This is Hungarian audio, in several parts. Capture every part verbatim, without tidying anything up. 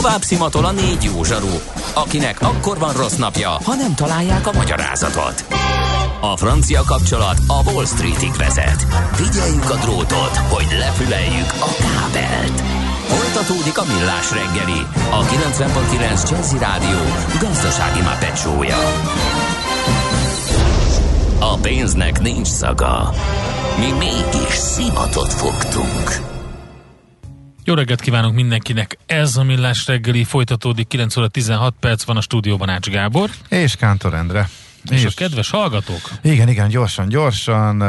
Tovább szimatol a négy jó zsaru, akinek akkor van rossz napja, ha nem találják a magyarázatot. A francia kapcsolat a Wall Streetig vezet. Figyeljük a drótot, hogy lefüleljük a kábelt. Folytatódik a Millás reggeli, a kilencven pont kilenc Jazzy Rádió gazdasági mápecsója. A pénznek nincs szaga. Mi mégis szimatot fogtunk. Jó reggelt kívánunk mindenkinek! Ez a Millás reggeli, folytatódik, kilenc óra tizenhat perc van a stúdióban, Ács Gábor. És Kántor Endre. És, és a kedves hallgatók? Igen, igen, gyorsan, gyorsan.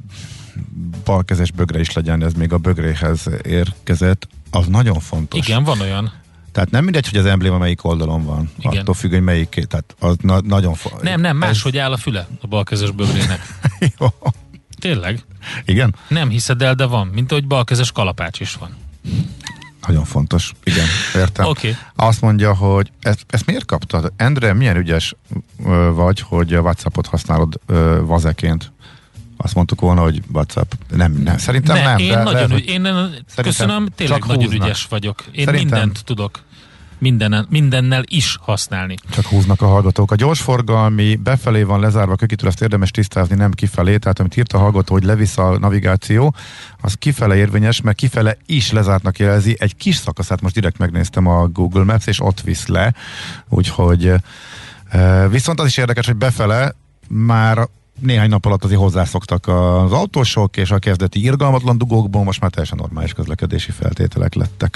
Balkezes bögre is legyen, ez még a bögréhez érkezett. Az nagyon fontos. Igen, van olyan. Tehát nem mindegy, hogy az embléma melyik oldalon van. Igen. Attól függ, hogy melyik, tehát az na- nagyon fontos. Nem, nem, máshogy ez... áll a füle a balkezes bögrének. Jó. Tényleg? Igen? Nem hiszed el, de van, mint ahogy balkezes kalapács is van. Nagyon fontos, igen, értem. Okay. Azt mondja, hogy ezt, ezt miért kaptad? Endre, milyen ügyes ö, vagy, hogy a WhatsAppot használod ö, vazeként? Azt mondtuk volna, hogy WhatsApp. Nem, nem. Szerintem ne, nem. Én de nagyon lehet, ügy, én köszönöm, tényleg nagyon húznak. Ügyes vagyok. Én Szerintem mindent tudok. Mindennel, mindennel is használni. Csak húznak a hallgatók. A gyorsforgalmi befelé van lezárva kökitől, azt érdemes tisztázni, nem kifelé. Tehát amit írt a hallgató, hogy levisz a navigáció, az kifele érvényes, mert kifele is lezártnak jelzi. Egy kis szakaszát most direkt megnéztem a Google Maps, és ott visz le. Úgyhogy e, viszont az is érdekes, hogy befele már néhány nap alatt azért hozzászoktak az autósok, és a kezdeti irgalmatlan dugókból most már teljesen normális közlekedési feltételek lettek.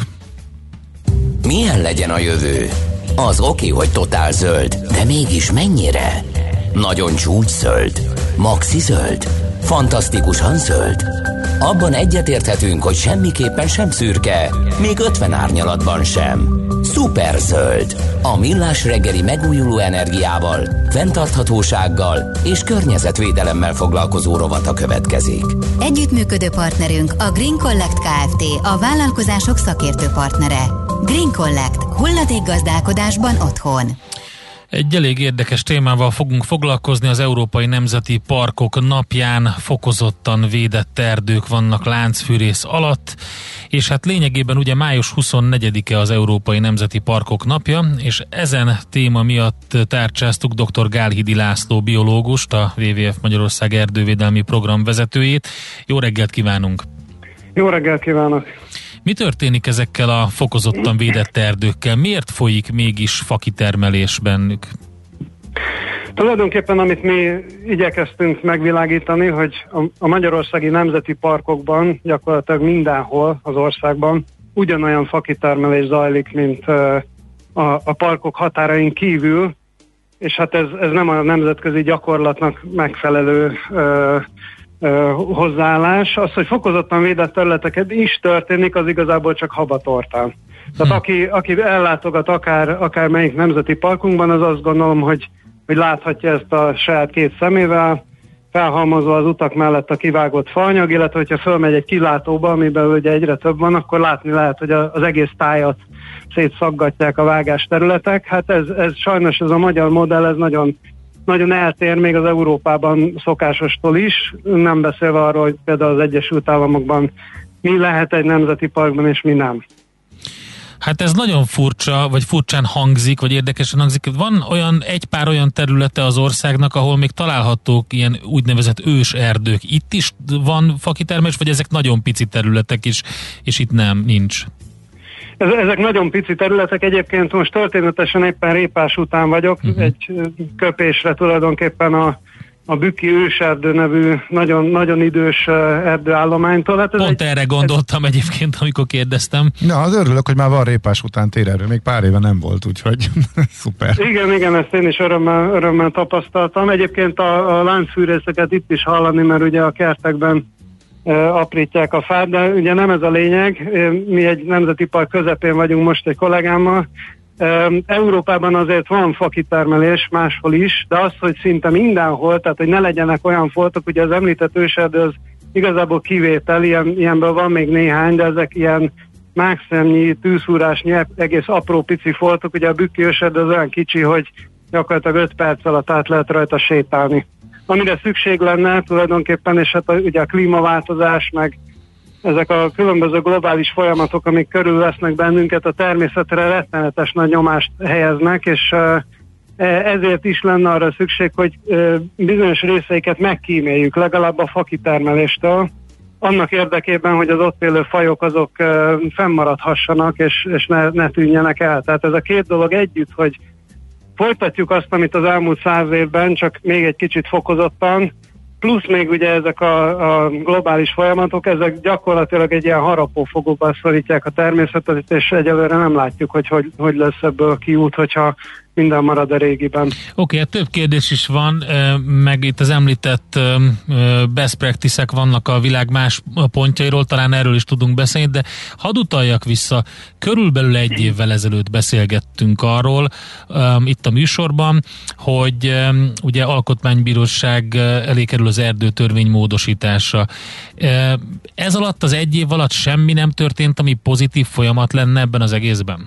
Milyen legyen a jövő? Az oké, hogy totál zöld, de mégis mennyire? Nagyon csúcs zöld? Maxi zöld? Fantasztikusan zöld? Abban egyetérthetünk, hogy semmiképpen sem szürke, még ötven árnyalatban sem. Szuper zöld. A Millás reggeli megújuló energiával, fenntarthatósággal és környezetvédelemmel foglalkozó rovata következik. Együttműködő partnerünk a Green Collect Kft., a vállalkozások szakértő partnere. Green Collect. Hulladékgazdálkodásban otthon. Egy elég érdekes témával fogunk foglalkozni. Az Európai Nemzeti Parkok napján fokozottan védett erdők vannak láncfűrész alatt, és hát lényegében ugye május huszonnegyedike az Európai Nemzeti Parkok napja, és ezen téma miatt tárcsáztuk dr. Gálhidi László biológust, a dupla vé vé ef Magyarország erdővédelmi program vezetőjét. Jó reggelt kívánunk! Jó reggelt kívánok! Mi történik ezekkel a fokozottan védett erdőkkel? Miért folyik mégis fakitermelés bennük? Tulajdonképpen amit mi igyekeztünk megvilágítani, hogy a, a magyarországi nemzeti parkokban gyakorlatilag mindenhol az országban ugyanolyan fakitermelés zajlik, mint uh, a, a parkok határain kívül, és hát ez, ez nem a nemzetközi gyakorlatnak megfelelő uh, hozzáállás. Az, hogy fokozottan védett területeket is történik, az igazából csak habatortán. Tehát hm. aki, aki ellátogat akár, akár melyik nemzeti parkunkban, az azt gondolom, hogy, hogy láthatja ezt a saját két szemével, felhalmozva az utak mellett a kivágott faanyag, illetve hogyha fölmegy egy kilátóba, amiben ugye egyre több van, akkor látni lehet, hogy az egész tájat szétszaggatják a vágás területek. Hát ez, ez sajnos ez a magyar modell, ez nagyon nagyon eltér még az Európában szokásostól is, nem beszélve arról, hogy például az Egyesült Államokban mi lehet egy nemzeti parkban, és mi nem. Hát ez nagyon furcsa, vagy furcsán hangzik, vagy érdekesen hangzik. Van olyan, egy pár olyan területe az országnak, ahol még találhatók ilyen úgynevezett ős erdők. Itt is van fakitermelés, vagy ezek nagyon pici területek is, és itt nem, nincs? Ezek nagyon pici területek, egyébként most történetesen éppen Répás után vagyok, uh-huh. egy köpésre tulajdonképpen a, a Bükki őserdő nevű nagyon, nagyon idős erdőállománytól. Hát ez Pont egy, erre gondoltam egy, egyébként, amikor kérdeztem. Na, az örülök, hogy már van Répás után térerő, még pár éve nem volt, úgyhogy szuper. Igen, igen, ezt én is örömmel, örömmel tapasztaltam. Egyébként a, a láncfűrészeket itt is hallani, mert ugye a kertekben aprítják a fát, de ugye nem ez a lényeg. Mi egy nemzeti park közepén vagyunk most egy kollégámmal. Európában azért van fakitermelés máshol is, de az, hogy szinte mindenhol, tehát hogy ne legyenek olyan foltok, ugye az említett őserdő az igazából kivétel, ilyen, ilyenből van még néhány, de ezek ilyen mákszemnyi, tűzhúrásnyi, egész apró pici foltok, ugye a Bükki őserdő az olyan kicsi, hogy gyakorlatilag öt perc alatt át lehet rajta sétálni. Amire szükség lenne tulajdonképpen, és hát a, ugye a klímaváltozás, meg, ezek a különböző globális folyamatok, amik körülvesznek bennünket, a természetre rettenetes nagy nyomást helyeznek, és ezért is lenne arra szükség, hogy bizonyos részeiket megkíméljük, legalább a fakitermeléstől, annak érdekében, hogy az ott élő fajok azok fennmaradhassanak, és, és ne, ne tűnjenek el. Tehát ez a két dolog együtt, hogy folytatjuk azt, amit az elmúlt száz évben, csak még egy kicsit fokozottan, plusz még ugye ezek a, a globális folyamatok, ezek gyakorlatilag egy ilyen harapófogóban szorítják a természetet, és egyelőre nem látjuk, hogy hogy, hogy lesz ebből kiút, hogyha minden marad a régiben. Oké, okay, hát több kérdés is van, meg itt az említett best practice-ek vannak a világ más pontjairól, talán erről is tudunk beszélni, de hadd utaljak vissza, körülbelül egy évvel ezelőtt beszélgettünk arról itt a műsorban, hogy ugye alkotmánybíróság elé kerül az erdőtörvény módosítása. Ez alatt, az egy év alatt semmi nem történt, ami pozitív folyamat lenne ebben az egészben?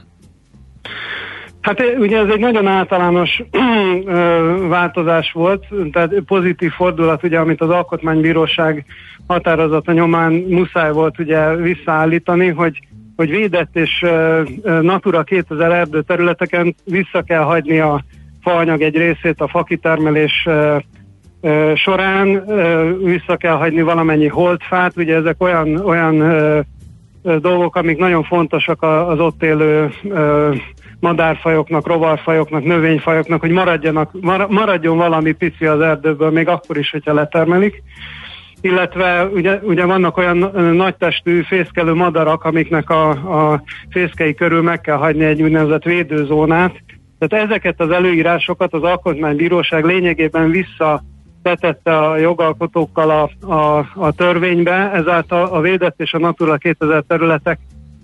Hát ugye ez egy nagyon általános változás volt, tehát pozitív fordulat, ugye, amit az Alkotmánybíróság határozata nyomán muszáj volt ugye visszaállítani, hogy, hogy védett és Natura kétezer erdőterületeken vissza kell hagyni a faanyag egy részét a fakitermelés során, vissza kell hagyni valamennyi holdfát, ugye ezek olyan, olyan dolgok, amik nagyon fontosak az ott élő madárfajoknak, rovarfajoknak, növényfajoknak, hogy maradjanak, maradjon valami pici az erdőből, még akkor is, hogyha letermelik. Illetve ugye, ugye vannak olyan nagytestű fészkelő madarak, amiknek a, a fészkei körül meg kell hagyni egy úgynevezett védőzónát. Tehát ezeket az előírásokat az Alkotmánybíróság lényegében visszatetette a jogalkotókkal a, a, a törvénybe, ezáltal a védett és a Natura kétezer területek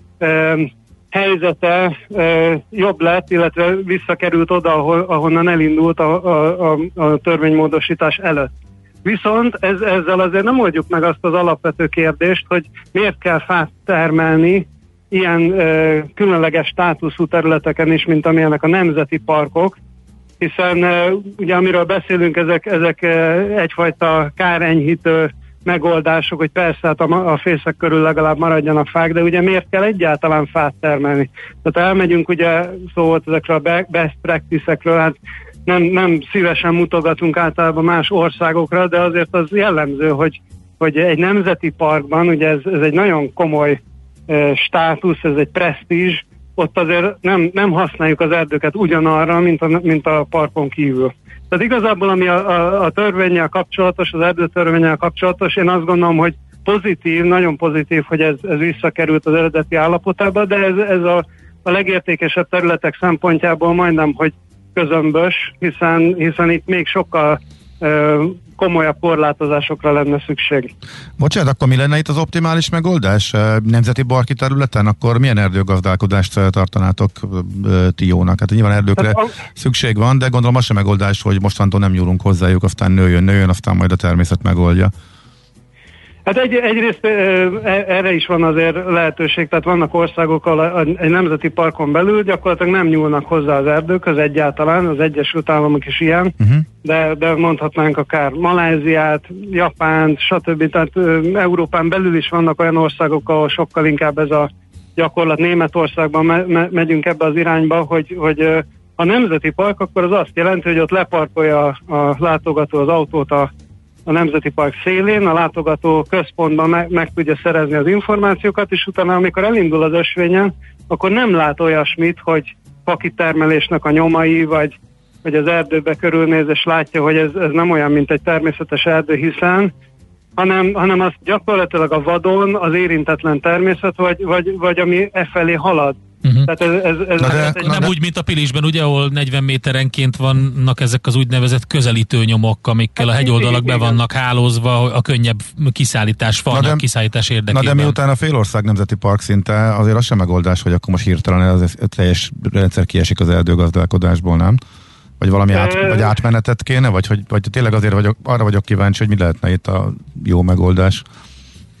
e, helyzete e, jobb lett, illetve visszakerült oda, ahol, ahonnan elindult a, a, a, a törvénymódosítás előtt. Viszont ez, ezzel azért nem oldjuk meg azt az alapvető kérdést, hogy miért kell fát termelni ilyen e, különleges státuszú területeken is, mint amilyenek a nemzeti parkok, hiszen e, ugye amiről beszélünk, ezek, ezek e, egyfajta kárenyhítő megoldások, hogy persze hát a, a fészek körül legalább maradjanak fák, de ugye miért kell egyáltalán fát termelni? Tehát elmegyünk, ugye szó volt ezekről a best practice-ekről, hát nem, nem szívesen mutogatunk általában más országokra, de azért az jellemző, hogy, hogy egy nemzeti parkban, ugye ez, ez egy nagyon komoly e, státusz, ez egy presztízs, ott azért nem, nem használjuk az erdőket ugyanarra, mint a, mint a parkon kívül. Tehát igazából, ami a, a, a törvénnyel kapcsolatos, az erdőtörvénnyel kapcsolatos, én azt gondolom, hogy pozitív, nagyon pozitív, hogy ez, ez visszakerült az eredeti állapotába, de ez, ez a, a legértékesebb területek szempontjából majdnem, hogy közömbös, hiszen, hiszen itt még sokkal ö, komolyabb korlátozásokra lenne szükség. Bocsánat, akkor mi lenne itt az optimális megoldás? Nemzeti parki területen? Akkor milyen erdőgazdálkodást tartanátok ti jónak? Hát nyilván erdőkre hát, a... szükség van, de gondolom az sem megoldás, hogy mostantól nem nyúlunk hozzájuk, aztán nőjön, nőjön, aztán majd a természet megoldja. Hát egy, egyrészt erre is van azért lehetőség, tehát vannak országok, ahol egy nemzeti parkon belül gyakorlatilag nem nyúlnak hozzá az erdőkhöz egyáltalán, az Egyesült Államok is ilyen, uh-huh. de, de mondhatnánk akár Maláziát, Japánt, stb. Tehát Európán belül is vannak olyan országok, ahol sokkal inkább ez a gyakorlat, Németországban me, me, megyünk ebbe az irányba, hogy, hogy a nemzeti park akkor az azt jelenti, hogy ott leparkolja a, a látogató az autót a a Nemzeti Park szélén, a látogató központban meg, meg tudja szerezni az információkat, és utána, amikor elindul az ösvényen, akkor nem lát olyasmit, hogy fakitermelésnek a nyomai, vagy, vagy az erdőbe körülnéz, és látja, hogy ez, ez nem olyan, mint egy természetes erdő, hiszen, hanem, hanem az gyakorlatilag a vadon az érintetlen természet, vagy, vagy, vagy ami e felé halad. Uh-huh. Tehát ez, ez, ez de, egy, nem de... úgy, mint a Pilisben, ugye, ahol negyven méterenként vannak ezek az úgynevezett közelítő nyomok, amikkel hát a hegyoldalak be vannak hálózva a könnyebb kiszállítás, falnak kiszállítás érdekében. Na de miután a félország nemzeti park szinte, azért az sem megoldás, hogy akkor most hirtelen az teljes rendszer kiesik az erdőgazdálkodásból, nem? Vagy valami át, vagy átmenetet kéne, vagy, hogy, vagy tényleg azért vagyok, arra vagyok kíváncsi, hogy mi lehetne itt a jó megoldás.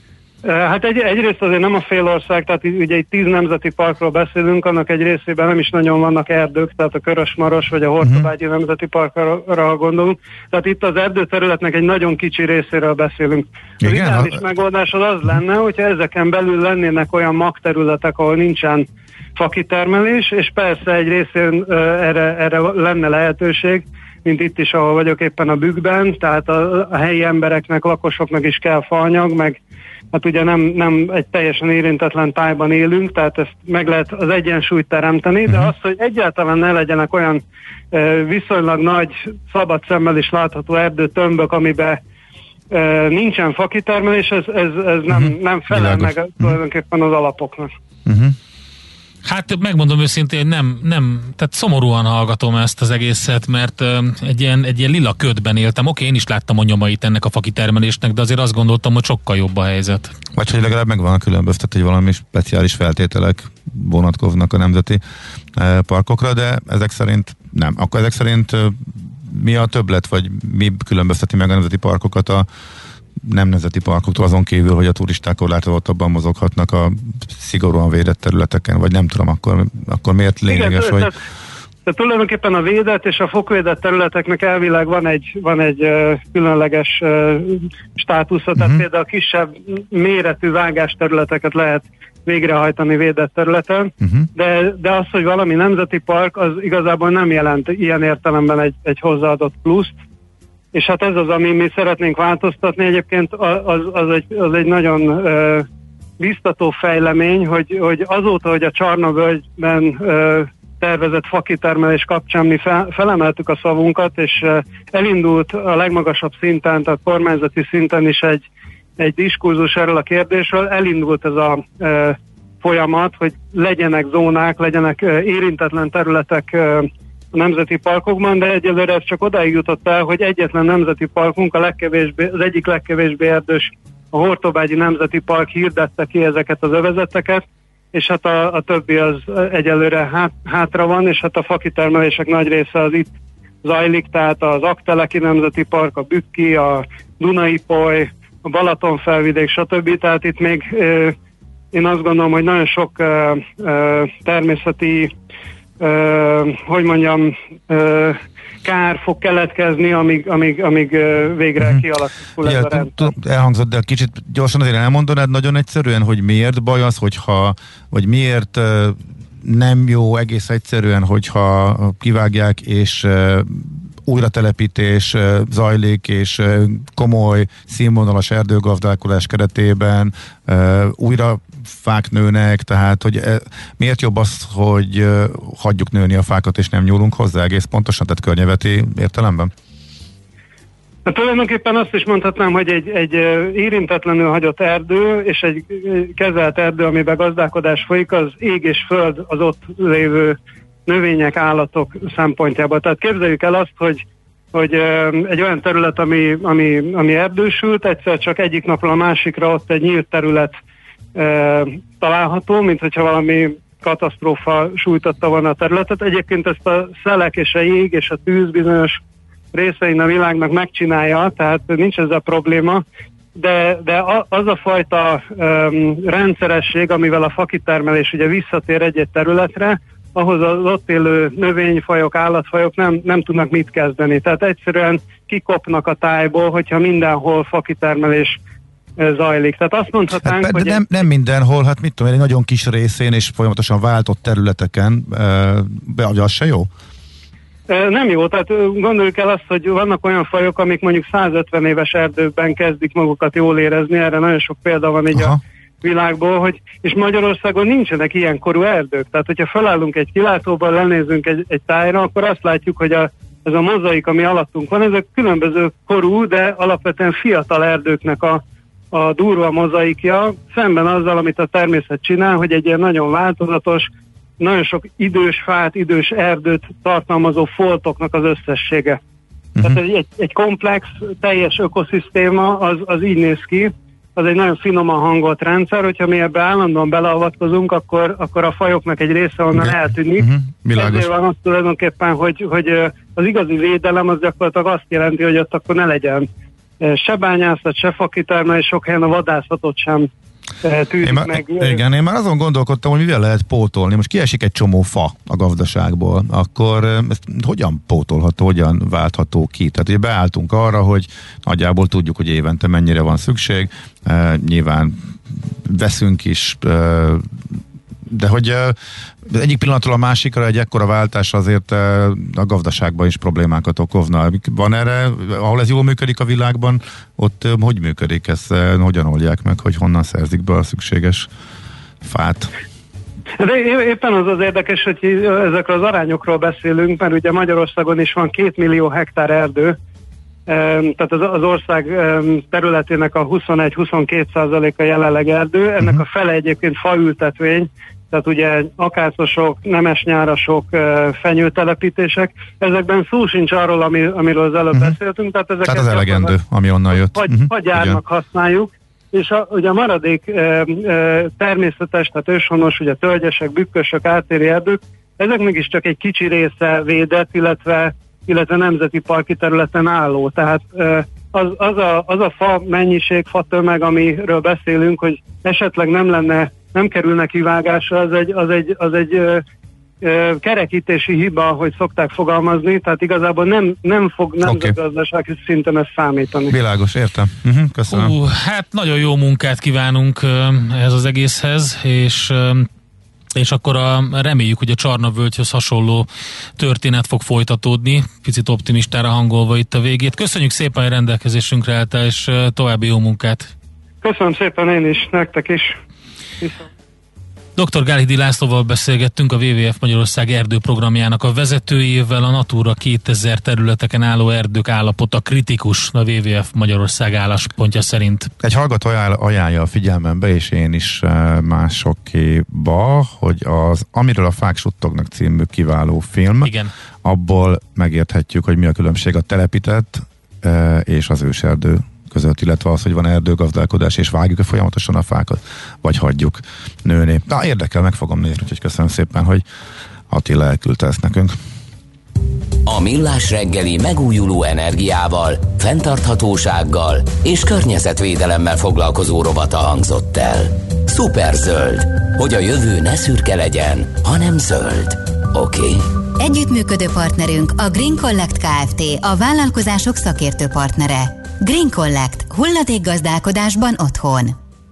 Hát egy, egyrészt azért nem a fél ország, tehát ugye itt tíz nemzeti parkról beszélünk, annak egy részében nem is nagyon vannak erdők, tehát a Körös-Maros vagy a Hortobágyi uh-huh. nemzeti parkra gondolunk. Tehát itt az erdőterületnek egy nagyon kicsi részéről beszélünk. Az ideális ha... megoldás az az lenne, hogyha ezeken belül lennének olyan magterületek, ahol nincsen fakitermelés, és persze egy részén uh, erre, erre lenne lehetőség, mint itt is, ahol vagyok éppen a Bükkben, tehát a, a helyi embereknek, lakosoknak is kell faanyag, meg hát ugye nem, nem egy teljesen érintetlen tájban élünk, tehát ezt meg lehet az egyensúlyt teremteni, de az, hogy egyáltalán ne legyenek olyan e, viszonylag nagy, szabad szemmel is látható erdőtömbök, amiben e, nincsen fakitermelés, ez, ez, ez nem, uh-huh. nem felel Világos. meg tulajdonképpen az alapoknak. Uh-huh. Hát megmondom őszintén, nem, nem, tehát szomorúan hallgatom ezt az egészet, mert uh, egy, ilyen, egy ilyen lila ködben éltem. Oké, én is láttam a nyomait ennek a fakitermelésnek, de azért azt gondoltam, hogy sokkal jobb a helyzet. Vagy hogy legalább megvan a különböztet, hogy valami speciális feltételek vonatkoznak a nemzeti uh, parkokra, de ezek szerint nem. Akkor ezek szerint uh, mi a többlet, vagy mi különbözteti meg a nemzeti parkokat a nem nemzeti parkoktól, azon kívül, hogy a turisták korlátozottabban mozoghatnak a szigorúan védett területeken, vagy nem tudom, akkor, akkor miért lényeges, Igen, hogy... De tulajdonképpen a védett és a fokvédett területeknek elvileg van egy, van egy uh, különleges uh, státusza, uh-huh. tehát például kisebb méretű vágásterületeket lehet végrehajtani védett területen, uh-huh. de, de az, hogy valami nemzeti park, az igazából nem jelent ilyen értelemben egy, egy hozzáadott pluszt, és hát ez az, ami mi szeretnénk változtatni. Egyébként az, az, egy, az egy nagyon uh, biztató fejlemény, hogy, hogy azóta, hogy a Csarnavölgyben uh, tervezett fakitermelés kapcsán mi fel, felemeltük a szavunkat, és uh, elindult a legmagasabb szinten, tehát kormányzati szinten is egy, egy diskurzus erről a kérdésről, elindult ez a uh, folyamat, hogy legyenek zónák, legyenek uh, érintetlen területek uh, a nemzeti parkokban, de egyelőre ez csak odáig jutott el, hogy egyetlen nemzeti parkunk, a legkevésbé, az egyik legkevésbé erdős, a Hortobágyi Nemzeti Park hirdette ki ezeket az övezeteket, és hát a, a többi az egyelőre hát, hátra van, és hát a fakitermelések nagy része az itt zajlik, tehát az Aggteleki Nemzeti Park, a Bükki, a Duna-Ipoly, a Balatonfelvidék, stb. Tehát itt még euh, én azt gondolom, hogy nagyon sok euh, euh, természeti Uh, hogy mondjam, uh, kár fog keletkezni, amíg, amíg, amíg uh, végre uh-huh. kialakul ez a rendszer. Elhangzott, de kicsit gyorsan azért elmondanád nagyon egyszerűen, hogy miért baj az, hogyha, vagy miért uh, nem jó egész egyszerűen, hogyha kivágják, és uh, újratelepítés uh, zajlik, és uh, komoly színvonalas erdőgazdálkodás keretében uh, újra fák nőnek, tehát hogy e, miért jobb az, hogy e, hagyjuk nőni a fákat, és nem nyúlunk hozzá egész pontosan, tehát környezeti értelemben? Hát tulajdonképpen azt is mondhatnám, hogy egy, egy érintetlenül hagyott erdő, és egy kezelt erdő, amiben gazdálkodás folyik, az ég és föld az ott lévő növények, állatok szempontjából. Tehát képzeljük el azt, hogy hogy egy olyan terület, ami, ami, ami erdősült, egyszer csak egyik napról a másikra ott egy nyílt terület e, található, mint hogyha valami katasztrófa sújtotta volna a területet. Egyébként ezt a szelek és a jég és a tűz bizonyos részein a világnak megcsinálja, tehát nincs ezzel probléma, de, de az a fajta um, rendszeresség, amivel a fakitermelés ugye visszatér egy-egy területre, ahhoz az ott élő növényfajok, állatfajok nem, nem tudnak mit kezdeni. Tehát egyszerűen kikopnak a tájból, hogyha mindenhol fakitermelés zajlik. Tehát azt mondhatnánk, hát, hogy... Nem, nem mindenhol, hát mit tudom, egy nagyon kis részén és folyamatosan váltott területeken, de az se jó? Nem jó, tehát gondoljuk el azt, hogy vannak olyan fajok, amik mondjuk százötven éves erdőkben kezdik magukat jól érezni, erre nagyon sok példa van így Aha. a világból, hogy, és Magyarországon nincsenek ilyen korú erdők. Tehát, hogyha felállunk egy kilátóban, lenézünk egy, egy tájra, akkor azt látjuk, hogy a, ez a mozaik, ami alattunk van, ezek különböző korú, de alapvetően fiatal erdőknek a, a durva mozaikja, szemben azzal, amit a természet csinál, hogy egy ilyen nagyon változatos, nagyon sok idős fát, idős erdőt tartalmazó foltoknak az összessége. Uh-huh. Tehát egy, egy komplex, teljes ökoszisztéma az, az így néz ki, az egy nagyon finoman hangolt rendszer, hogyha mi ebbe állandóan beleavatkozunk, akkor, akkor a fajoknak egy része onnan okay. eltűnik. Uh-huh. Ezért van azt tulajdonképpen, hogy, hogy az igazi védelem az gyakorlatilag azt jelenti, hogy ott akkor ne legyen se bányászat, se fakitermelés, sok helyen a vadászatot sem tűzik én meg. Már, igen, én már azon gondolkodtam, hogy mivel lehet pótolni. Most kiesik egy csomó fa a gazdaságból, akkor ezt hogyan pótolható, hogyan váltható ki? Tehát ugye beálltunk arra, hogy nagyjából tudjuk, hogy évente mennyire van szükség. E, nyilván veszünk is, e, de hogy e, egyik pillanatról a másikra egy ekkora váltás azért e, a gazdaságban is problémákat okozna. Van erre, ahol ez jól működik a világban, ott e, hogy működik ez, e, hogyan oldják meg, hogy honnan szerzik be a szükséges fát? De éppen az az érdekes, hogy ezekről az arányokról beszélünk, mert ugye Magyarországon is van két millió hektár erdő, tehát az ország területének a huszonegy-huszonkettő százaléka jelenleg erdő, ennek a fele egyébként faültetvény, tehát ugye akácosok, nemesnyárasok, fenyőtelepítések, ezekben szó sincs arról, ami, amiről az előbb uh-huh. beszéltünk. Tehát, ezeket tehát az elegendő, ami onnan jött. Vagy, uh-huh. vagy árnak használjuk, és a, ugye a maradék e, e, természetes, tehát őshonos, ugye tölgyesek, bükkösök, áttéri erdők, ezeknek is csak egy kicsi része védett, illetve, illetve nemzeti parki területen álló. Tehát e, az, az, a, az a fa mennyiség, fa tömeg, amiről beszélünk, hogy esetleg nem lenne, nem kerülne kivágásra, az egy, az egy, az egy ö, ö, kerekítési hiba, hogy szokták fogalmazni, tehát igazából nem, nem fog nemzetgazdasági okay. szinten ezt számítani. Világos, értem. Uh-huh, köszönöm. Uh, hát nagyon jó munkát kívánunk ehhez az egészhez, és és akkor a, reméljük, hogy a Csarnavölgyhöz hasonló történet fog folytatódni, picit optimistára hangolva itt a végét. Köszönjük szépen, hogy rendelkezésünkre álltál, és további jó munkát. Köszönöm szépen én is, nektek is. Viszont. doktor Gálhidi Lászlóval beszélgettünk, a dupla vé vé ef Magyarország erdőprogramjának a vezetőjével. A Natura kétezer területeken álló erdők állapota kritikus, a dupla vé vé ef Magyarország álláspontja szerint. Egy hallgató ajánlja a figyelmembe, és én is másokéba, hogy az Amiről a fák suttognak című kiváló film, igen. abból megérthetjük, hogy mi a különbség a telepített és az őserdő között, illetve az, hogy van erdőgazdálkodás, és vágjuk folyamatosan a fákat, vagy hagyjuk nőni. Na, érdekel, meg fogom nézni, úgyhogy köszönöm szépen, hogy Attila elküldte ezt nekünk. A Millás reggeli megújuló energiával, fenntarthatósággal és környezetvédelemmel foglalkozó rovata hangzott el. Szuperzöld, hogy a jövő ne szürke legyen, hanem zöld. Oké? Okay? Együttműködő partnerünk a Green Collect Kft., a vállalkozások szakértő partnere. Green Collect. Hulladékgazdálkodásban otthon.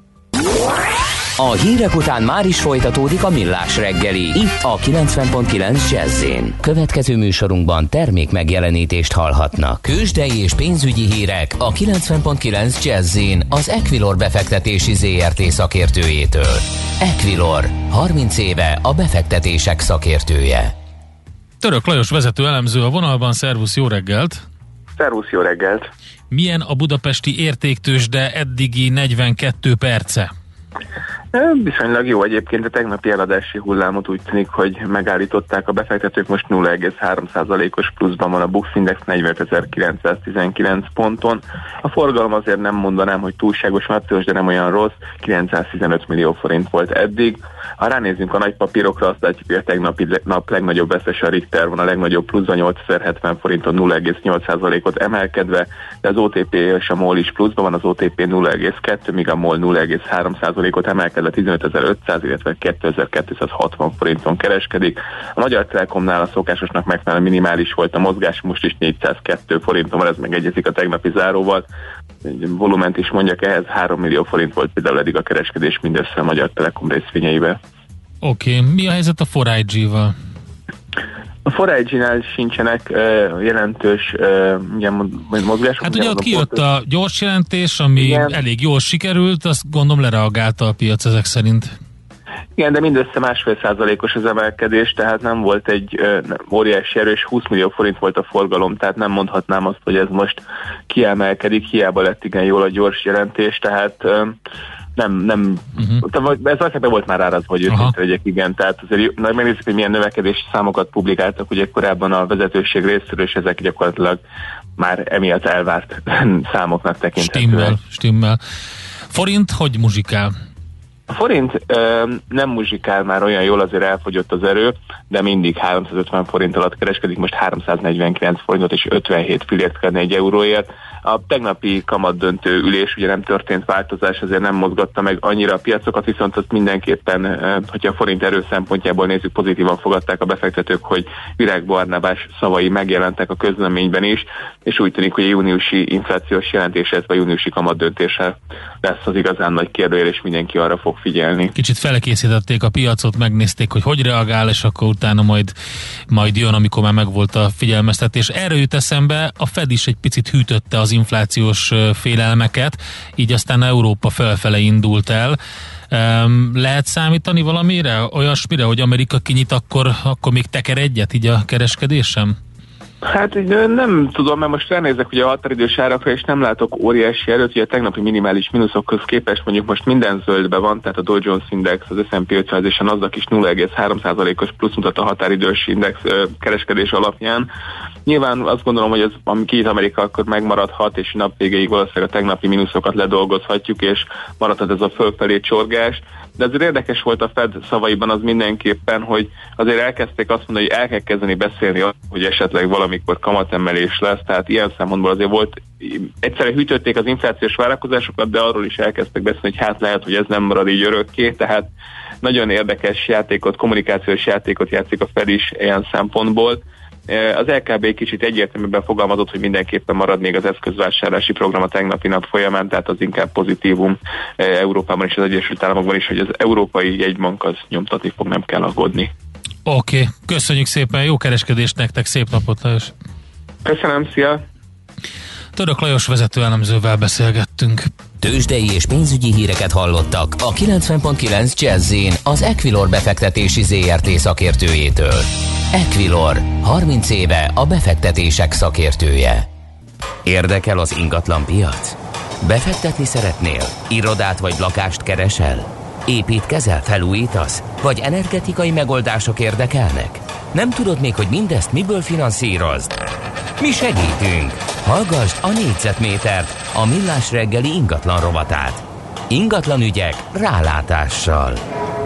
A hírek után már is folytatódik a Millás reggeli, itt a kilencven pont kilenc Jazz-én. Következő műsorunkban termék megjelenítést hallhatnak. Kősdei és pénzügyi hírek a kilencven pont kilenc Jazz-én az Equilor befektetési zé er té szakértőjétől. Equilor, harminc éve a befektetések szakértője. Török Lajos vezető elemző a vonalban, szervusz, jó reggelt! Szervusz, jó reggelt! Milyen a budapesti értéktőzsde eddigi negyvenkét perce? Viszonylag jó egyébként, a tegnapi eladási hullámot úgy tűnik, hogy megállították a befektetők, most nulla egész három százalékos pluszban van a Bux Index negyvenezer-kilencszáztizenkilenc ponton. A forgalom azért nem mondanám, hogy túlságosan attól, de nem olyan rossz, kilencszáztizenöt millió forint volt eddig. Ha ránézzünk a nagy papírokra, azt látjuk, hogy a tegnapi nap legnagyobb vesztes a Richter van, a legnagyobb pluszban nyolcezer-hetven forinton nulla egész nyolc százalékot emelkedve, de az o té pé és a MOL is pluszban van, az o té pé nulla egész kettő, míg a MOL nulla egész három százalékot emelkedve tizenötezer-ötszáz, illetve kétezer-kétszázhatvan forinton kereskedik. A Magyar Telekomnál a szokásosnak megfelelően minimális volt a mozgás, most is négyszázkettő forinton van, ez megegyezik a tegnapi záróval. Egy volument is mondjak ehhez, három millió forint volt például eddig a kereskedés mindössze a Magyar Telekom részvényeivel. Oké, okay. Mi a helyzet a négy I G-val? A négy I G-nál sincsenek uh, jelentős uh, mozgások. Hát ugye ott kijött a gyors jelentés, ami igen. elég jól sikerült, azt gondolom lereagálta a piac ezek szerint. Igen, de mindössze másfél százalékos az emelkedés, tehát nem volt egy uh, óriási erős, húsz millió forint volt a forgalom, tehát nem mondhatnám azt, hogy ez most kiemelkedik, hiába lett igen jól a gyors jelentés, tehát uh, nem, nem, uh-huh. ez azért volt már árazva, hogy őszinte legyek, igen, tehát azért megnézzük, hogy milyen növekedési számokat publikáltak, ugye korábban a vezetőség részéről, és ezek gyakorlatilag már emiatt elvárt számoknak tekinthetőek. Stimmel, stimmel. Forint, hogy muzsikál? A forint ö, nem muzsikál már olyan jól, azért elfogyott az erő, de mindig háromszázötven forint alatt kereskedik, most háromszáznegyvenkilenc forintot és ötvenhét fillért kell egy euróért. A tegnapi kamatdöntő ülés ugye nem történt változás, azért nem mozgatta meg annyira a piacokat, viszont azt mindenképpen, hogyha a forint erő szempontjából nézzük, pozitívan fogadták a befektetők, hogy Virág Barnabás szavai megjelentek a közleményben is, és úgy tűnik, hogy a júniusi inflációs jelentése, vagy júniusi kamatdöntése lesz az igazán nagy kérdőjel, és mindenki arra fog figyelni. Kicsit felkészítették a piacot, megnézték, hogy hogy reagál, és akkor utána majd, majd jön, amikor már megvolt a figyelmeztetés. Erről jut eszembe, a Fed is egy picit hűtötte az inflációs félelmeket, így aztán Európa felfele indult el. Lehet számítani valamire, olyasmire, hogy Amerika kinyit, akkor, akkor még teker egyet így a kereskedésem? Hát nem tudom, mert most elnézek ugye a határidős árakra, és nem látok óriási erőt, ugye a tegnapi minimális mínuszokhoz képest mondjuk most minden zöldbe van, tehát a Dow Jones Index, az es and pé ötszáz és a Nasdaq is nulla egész három százalékos plusz mutat a határidős index ö, kereskedés alapján. Nyilván azt gondolom, hogy ez, ami kinyit Amerika, akkor megmaradhat, és nap végéig valószínűleg a tegnapi mínuszokat ledolgozhatjuk, és maradhat ez a fölfelé csorgás. De azért érdekes volt a Fed szavaiban az mindenképpen, hogy azért elkezdték azt mondani, hogy el kell kezdeni beszélni arról, hogy esetleg valamikor kamatemelés lesz, tehát ilyen szempontból azért volt, egyszerre hűtötték az inflációs várakozásokat, de arról is elkezdtek beszélni, hogy hát lehet, hogy ez nem marad így örökké, tehát nagyon érdekes játékot, kommunikációs játékot játszik a Fed is ilyen szempontból. Az el ká bé kicsit egyértelműen fogalmazott, hogy mindenképpen marad még az eszközvásárlási program a tegnapi nap folyamán, tehát az inkább pozitívum Európában és az Egyesült Államokban is, hogy az európai jegybank az nyomtatni fog, nem kell aggódni. Oké, okay. Köszönjük szépen, jó kereskedést nektek, szép napot, Lajos! Köszönöm, szia! Török Lajos vezető elemzővel beszélgettünk. Tőzsdei és pénzügyi híreket hallottak a kilencven pont kilenc Jazz-in az Equilor befektetési zé er té szakértőjétől. Equilor, harminc éve a befektetések szakértője. Érdekel az ingatlan piac? Befektetni szeretnél? Irodát vagy lakást keresel? Építkezel, felújítasz? Vagy energetikai megoldások érdekelnek? Nem tudod még, hogy mindezt miből finanszírozd? Mi segítünk! Hallgasd a négyzetmétert, a Millás reggeli ingatlan rovatát. Ingatlan ügyek rálátással.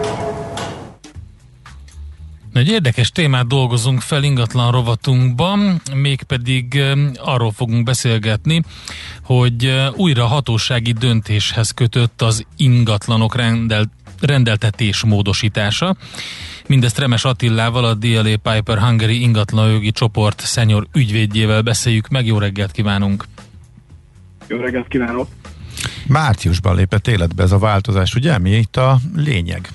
Egy érdekes témát dolgozunk fel ingatlan rovatunkban, mégpedig arról fogunk beszélgetni, hogy újra hatósági döntéshez kötött az ingatlanok rendel, rendeltetés módosítása. Mindezt Remes Attilával, a dé el á Piper Hungary ingatlanjogi csoport senior ügyvédjével beszéljük meg. Jó reggelt kívánunk! Jó reggelt kívánok! Márciusban lépett életbe ez a változás, ugye? Mi itt a lényeg?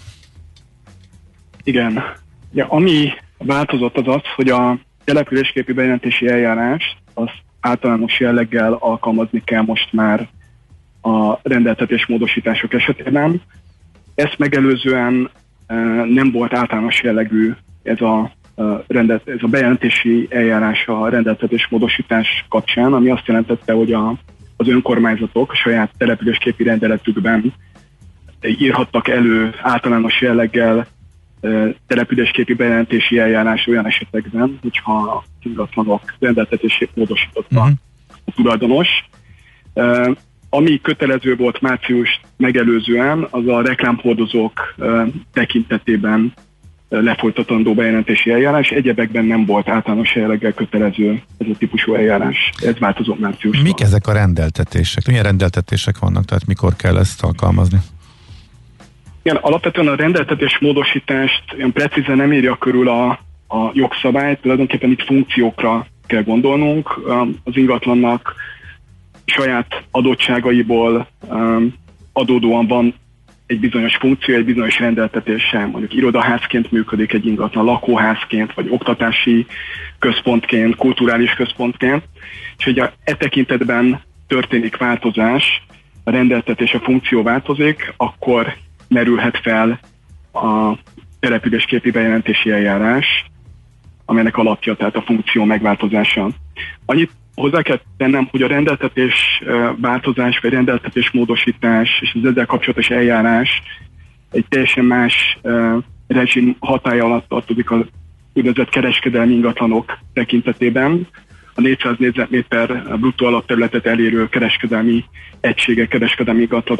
Igen. Ja, ami változott az az, hogy a településképi bejelentési eljárást az általános jelleggel alkalmazni kell most már a rendeltetés módosítások esetében. Ezt megelőzően e, nem volt általános jellegű ez a, e, rendelt, ez a bejelentési eljárás a rendeltetés módosítás kapcsán, ami azt jelentette, hogy a, az önkormányzatok a saját településképi rendeletükben írhattak elő általános jelleggel településképi bejelentési eljárás olyan esetekben, hogyha a ingatlanok rendeltetését módosította uh-huh. a tulajdonos. Uh, ami kötelező volt március megelőzően, az a reklámhordozók uh, tekintetében uh, lefolytatandó bejelentési eljárás. Egyebekben nem volt általános jelleggel kötelező ez a típusú eljárás. Ez változott márciusban. Mik ezek a rendeltetések? Milyen rendeltetések vannak, tehát mikor kell ezt alkalmazni? Igen, alapvetően a rendeltetés módosítást olyan precízen nem írja körül a, a jogszabály, tulajdonképpen itt funkciókra kell gondolnunk. Az ingatlannak saját adottságaiból um, adódóan van egy bizonyos funkció, egy bizonyos rendeltetéssel, mondjuk irodaházként működik egy ingatlan, lakóházként, vagy oktatási központként, kulturális központként. És hogy a, e tekintetben történik változás, a rendeltetés, a funkció változik, akkor merülhet fel a településképi bejelentési eljárás, amelynek alapja, tehát a funkció megváltozása. Annyit hozzá kell tennem, hogy a rendeltetés változás, vagy rendeltetés módosítás és az ezzel kapcsolatos eljárás egy teljesen más rezsim hatálya alatt tartozik az úgynevezett kereskedelmi ingatlanok tekintetében. A négyszáz négyzetméter bruttó alapterületet elérő kereskedelmi egységek, kereskedelmi ingatlanok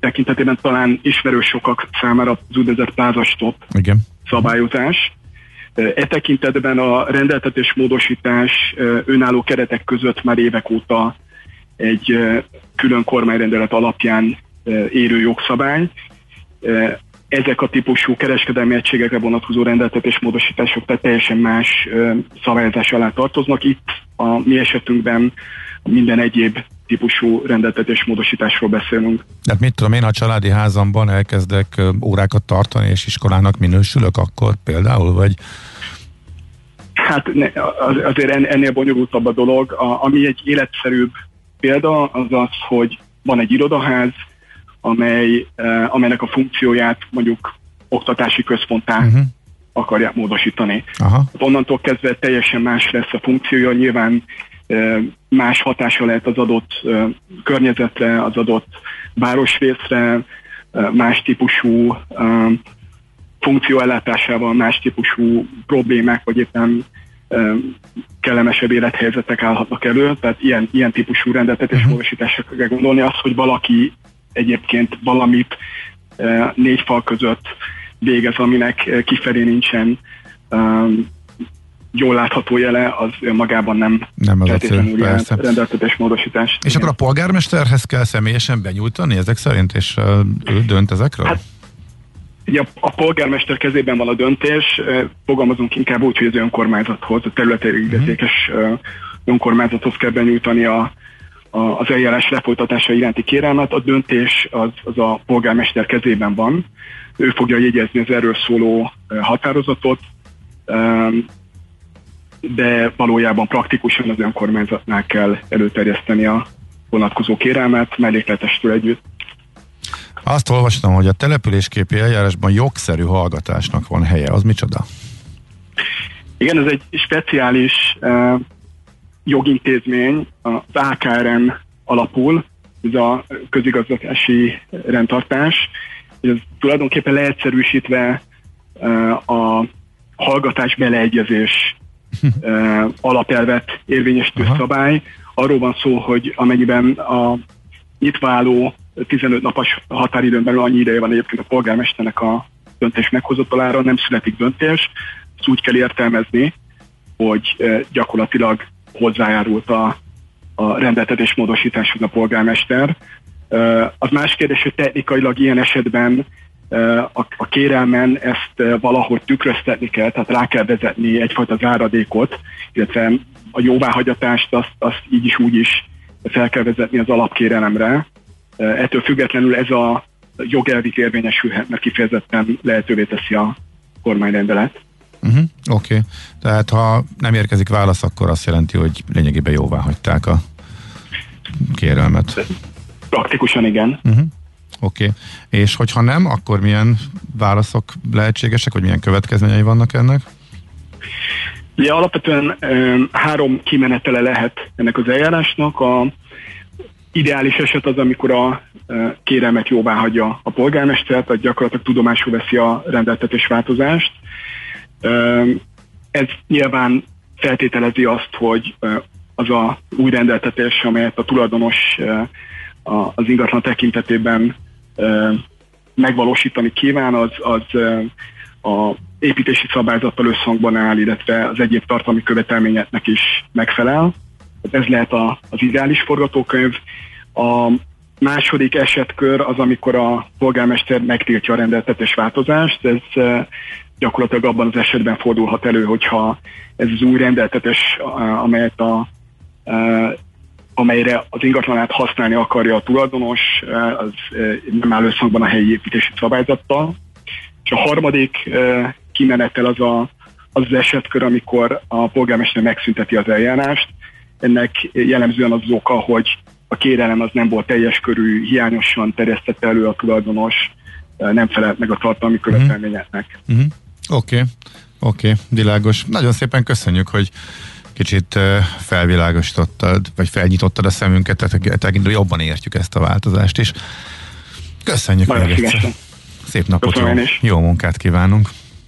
tekintetében talán ismerős sokak számára az úgynevezett plázastop szabályozás. E tekintetben a rendeltetés módosítás önálló keretek között már évek óta egy külön kormányrendelet alapján érő jogszabály. Ezek a típusú kereskedelmi egységekre vonatkozó rendeltetés módosítások tehát teljesen más szabályozás alá tartoznak. Itt a mi esetünkben minden egyéb típusú rendeltetés módosításról beszélünk. Tehát mit tudom én, ha a családi házamban elkezdek órákat tartani, és iskolának minősülök akkor például, vagy? Hát azért ennél bonyolultabb a dolog. A, ami egy életszerűbb példa, az az, hogy van egy irodaház, amely, amelynek a funkcióját mondjuk oktatási központtá uh-huh. akarják módosítani. Aha. Onnantól kezdve teljesen más lesz a funkciója, nyilván más hatása lehet az adott környezetre, az adott városrészre, más típusú funkcióellátásával, más típusú problémák, vagy éppen kellemesebb élethelyzetek állhatnak elő, tehát ilyen, ilyen típusú rendeltetés módosításra kell gondolni. Az, hogy valaki egyébként valamit négy fal között végez, aminek kifelé nincsen jól látható jele, az magában nem, nem feltétlenül jelent rendeltetés módosítást. És igen. Akkor a polgármesterhez kell személyesen benyújtani ezek szerint, és ő dönt ezekről? Hát, ugye a, a polgármester kezében van a döntés, fogalmazunk inkább úgy, hogy az önkormányzathoz, a területileg illetékes uh-huh. önkormányzathoz kell benyújtani a, a, az eljárás lefolytatása iránti kérelmet. A döntés az, az a polgármester kezében van. Ő fogja jegyezni az erről szóló határozatot, de valójában praktikusan az önkormányzatnál kell előterjeszteni a vonatkozó kérelmet mellékletestől együtt. Azt olvastam, hogy a településképi eljárásban jogszerű hallgatásnak van helye. Az micsoda? Igen, ez egy speciális uh, jogintézmény, az á ká er en alapul, ez a közigazgatási rendtartás. Ez tulajdonképpen leegyszerűsítve uh, a hallgatás beleegyezés uh, alapelvet érvényesítő szabály. Arról van szó, hogy amennyiben a nyitva álló tizenöt napos határidőn belül annyi ideje van egyébként a polgármesternek a döntés meghozatalára, nem születik döntés. Ezt úgy kell értelmezni, hogy uh, gyakorlatilag hozzájárult a, a rendeltetés módosításhoz a polgármester. Uh, az más kérdés, hogy technikailag ilyen esetben A, a kérelmen ezt valahogy tükröztetni kell, tehát rá kell vezetni egyfajta záradékot, illetve a jóváhagyatást azt, azt így is úgy is fel kell vezetni az alapkérelemre. Ettől függetlenül ez a jogelvig érvényesülhet, mert kifejezetten lehetővé teszi a kormányrendelet. Uh-huh, Oké, okay. Tehát ha nem érkezik válasz, akkor azt jelenti, hogy lényegében jóváhagyták a kérelmet. Praktikusan igen. Uh-huh. Oké. Okay. És hogyha nem, akkor milyen válaszok lehetségesek, vagy milyen következményei vannak ennek? Ugye alapvetően e, három kimenetele lehet ennek az eljárásnak. A ideális eset az, amikor a e, kérelmet jóvá hagyja a polgármester, tehát gyakorlatilag tudomásul veszi a rendeltetés változást. E, ez nyilván feltételezi azt, hogy e, az a új rendeltetés, amelyet a tulajdonos e, a, az ingatlan tekintetében megvalósítani kíván, az, az a építési szabályzattal összhangban áll, illetve az egyéb tartalmi követelményeknek is megfelel. Ez lehet a, az ideális forgatókönyv. A második esetkör az, amikor a polgármester megtiltja a rendeltetés változást. Ez gyakorlatilag abban az esetben fordulhat elő, hogyha ez az új rendeltetés, amelyet a amelyre az ingatlanát használni akarja a tulajdonos, az nem áll összhangban a helyi építési szabályzattal. És a harmadik kimenettel az, a, az az esetkör, amikor a polgármester megszünteti az eljárást. Ennek jellemzően az, az oka, hogy a kérelem az nem volt teljes körű, hiányosan terjesztette elő a tulajdonos, nem felelt meg a tartalmi követelményeknek. Uh-huh. Oké, okay. oké, okay. Világos. Nagyon szépen köszönjük, hogy kicsit felvilágosítottad, vagy felnyitottad a szemünket, tehát jobban értjük ezt a változást is. Köszönjük Nagyon még egyszer. Szép napot, jó, jó munkát kívánunk.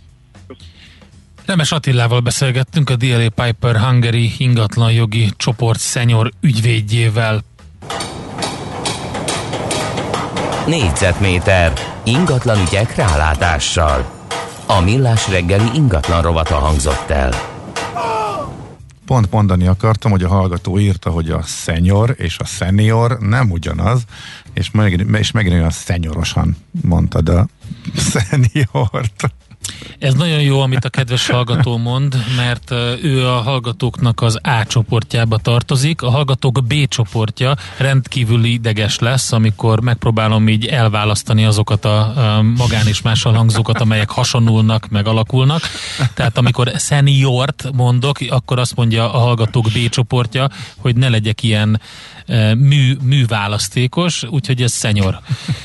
Nemes Attilával beszélgettünk, a dé el á Piper Hungary ingatlan jogi csoport senior ügyvédjével. Négyzetméter ingatlan ügyek rálátással. A Millás reggeli ingatlan rovata hangzott el. Pont mondani akartam, hogy a hallgató írta, hogy a senior és a senior nem ugyanaz, és megint, és megint olyan szenyorosan mondtad a seniort. Ez nagyon jó, amit a kedves hallgató mond, mert ő a hallgatóknak az A csoportjába tartozik, a hallgatók B csoportja rendkívüli ideges lesz, amikor megpróbálom így elválasztani azokat a magán és mással hangzókat, amelyek hasonulnak, meg alakulnak. Tehát amikor seniort mondok, akkor azt mondja a hallgatók B csoportja, hogy ne legyek ilyen mű, műválasztékos, úgyhogy ez senior.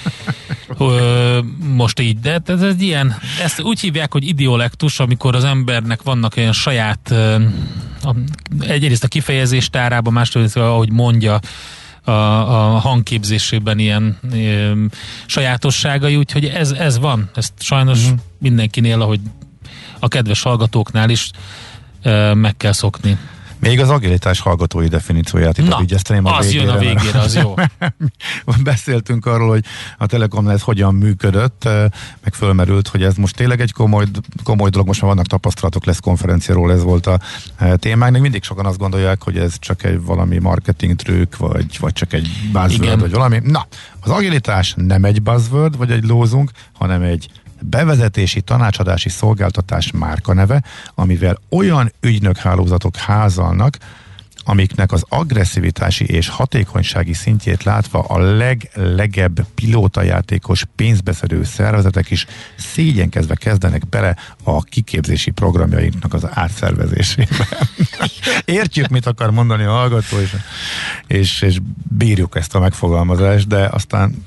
Most így, de ez egy ilyen, ezt úgy hívják, hogy idiolektus, amikor az embernek vannak olyan saját egyrészt a kifejezés tárában, másrészt ahogy mondja a, a hangképzésében ilyen e, sajátosságai, úgyhogy ez, ez van, ezt sajnos mm. mindenkinél, ahogy a kedves hallgatóknál is e, meg kell szokni. Még az agilitás hallgatói definícióját itt vigyezteném a az végére. Jön a végére, az jó. Beszéltünk arról, hogy a Telekomnál ez hogyan működött, meg fölmerült, hogy ez most tényleg egy komoly, komoly dolog, most már vannak tapasztalatok, lesz konferenciáról, ez volt a témánk. Még mindig sokan azt gondolják, hogy ez csak egy valami marketing trükk, vagy, vagy csak egy buzzword, igen. Vagy valami. Na, az agilitás nem egy buzzword, vagy egy lózunk, hanem egy bevezetési tanácsadási szolgáltatás márkaneve, amivel olyan ügynökhálózatok házalnak, amiknek az agresszivitási és hatékonysági szintjét látva a leglegebb pilótajátékos pénzbeszedő szervezetek is szégyenkezve kezdenek bele a kiképzési programjainknak az átszervezésébe. Értjük, mit akar mondani a hallgató, és, és, és bírjuk ezt a megfogalmazást, de aztán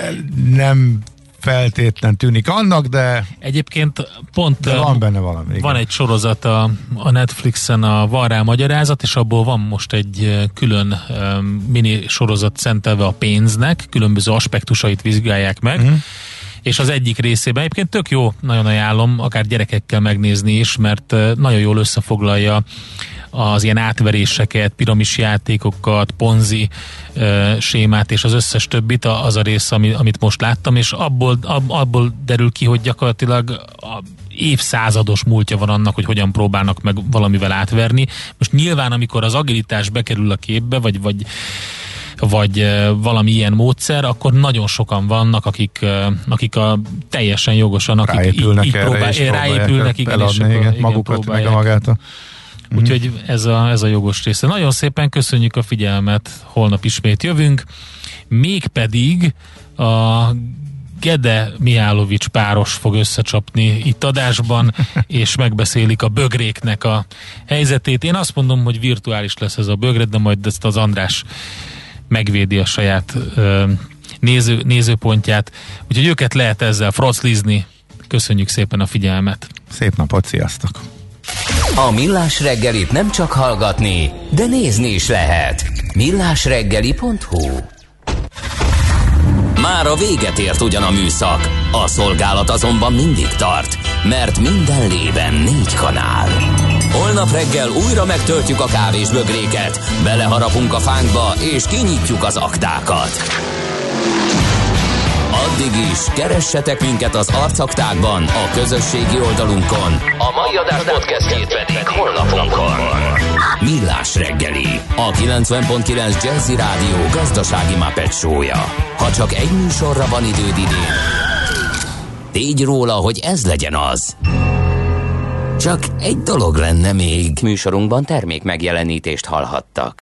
nem feltétlen tűnik annak, de egyébként pont de van benne valami. Igen. Van egy sorozat a, a Netflixen, a Van rá magyarázat, és abból van most egy külön um, mini sorozat szentelve a pénznek, különböző aspektusait vizsgálják meg, mm. és az egyik részében egyébként tök jó, nagyon ajánlom, akár gyerekekkel megnézni is, mert nagyon jól összefoglalja az ilyen átveréseket, piramis játékokat, ponzi uh, sémát és az összes többit, az a rész, ami, amit most láttam, és abból, ab, abból derül ki, hogy gyakorlatilag a évszázados múltja van annak, hogy hogyan próbálnak meg valamivel átverni. Most nyilván, amikor az agilitás bekerül a képbe, vagy, vagy vagy uh, valami ilyen módszer, akkor nagyon sokan vannak, akik, uh, akik a teljesen jogosan, akik ráépülnek, így, így próbál, ráépülnek, igen, eladni, és igen, magukat, meg a magát. Úgyhogy ez a, ez a jogos része. Nagyon szépen köszönjük a figyelmet, holnap ismét jövünk, mégpedig a Gede Mihálovics páros fog összecsapni itt adásban, és megbeszélik a bögréknek a helyzetét. Én azt mondom, hogy virtuális lesz ez a bögre, de majd ezt az András megvédi a saját ö, néző, nézőpontját. Úgyhogy őket lehet ezzel froclizni. Köszönjük szépen a figyelmet. Szép napot, sziasztok! A Millás reggelit nem csak hallgatni, de nézni is lehet. millásreggeli pont hu. Már a véget ért ugyan a műszak, a szolgálat azonban mindig tart, mert minden lében négy kanál. Holnap reggel újra megtöltjük a kávésbögréket, beleharapunk a fánkba és kinyitjuk az aktákat. Addig is keressetek minket az arcaktákban, a közösségi oldalunkon. A mai adás podcastjét pedig honlapunkon. Millás reggeli, a kilencven pont kilenc Jazzy Rádió gazdasági Muppet show-ja. Ha csak egy műsorra van időd idén, tégy róla, hogy ez legyen az. Csak egy dolog lenne még. Műsorunkban termék megjelenítést hallhattak.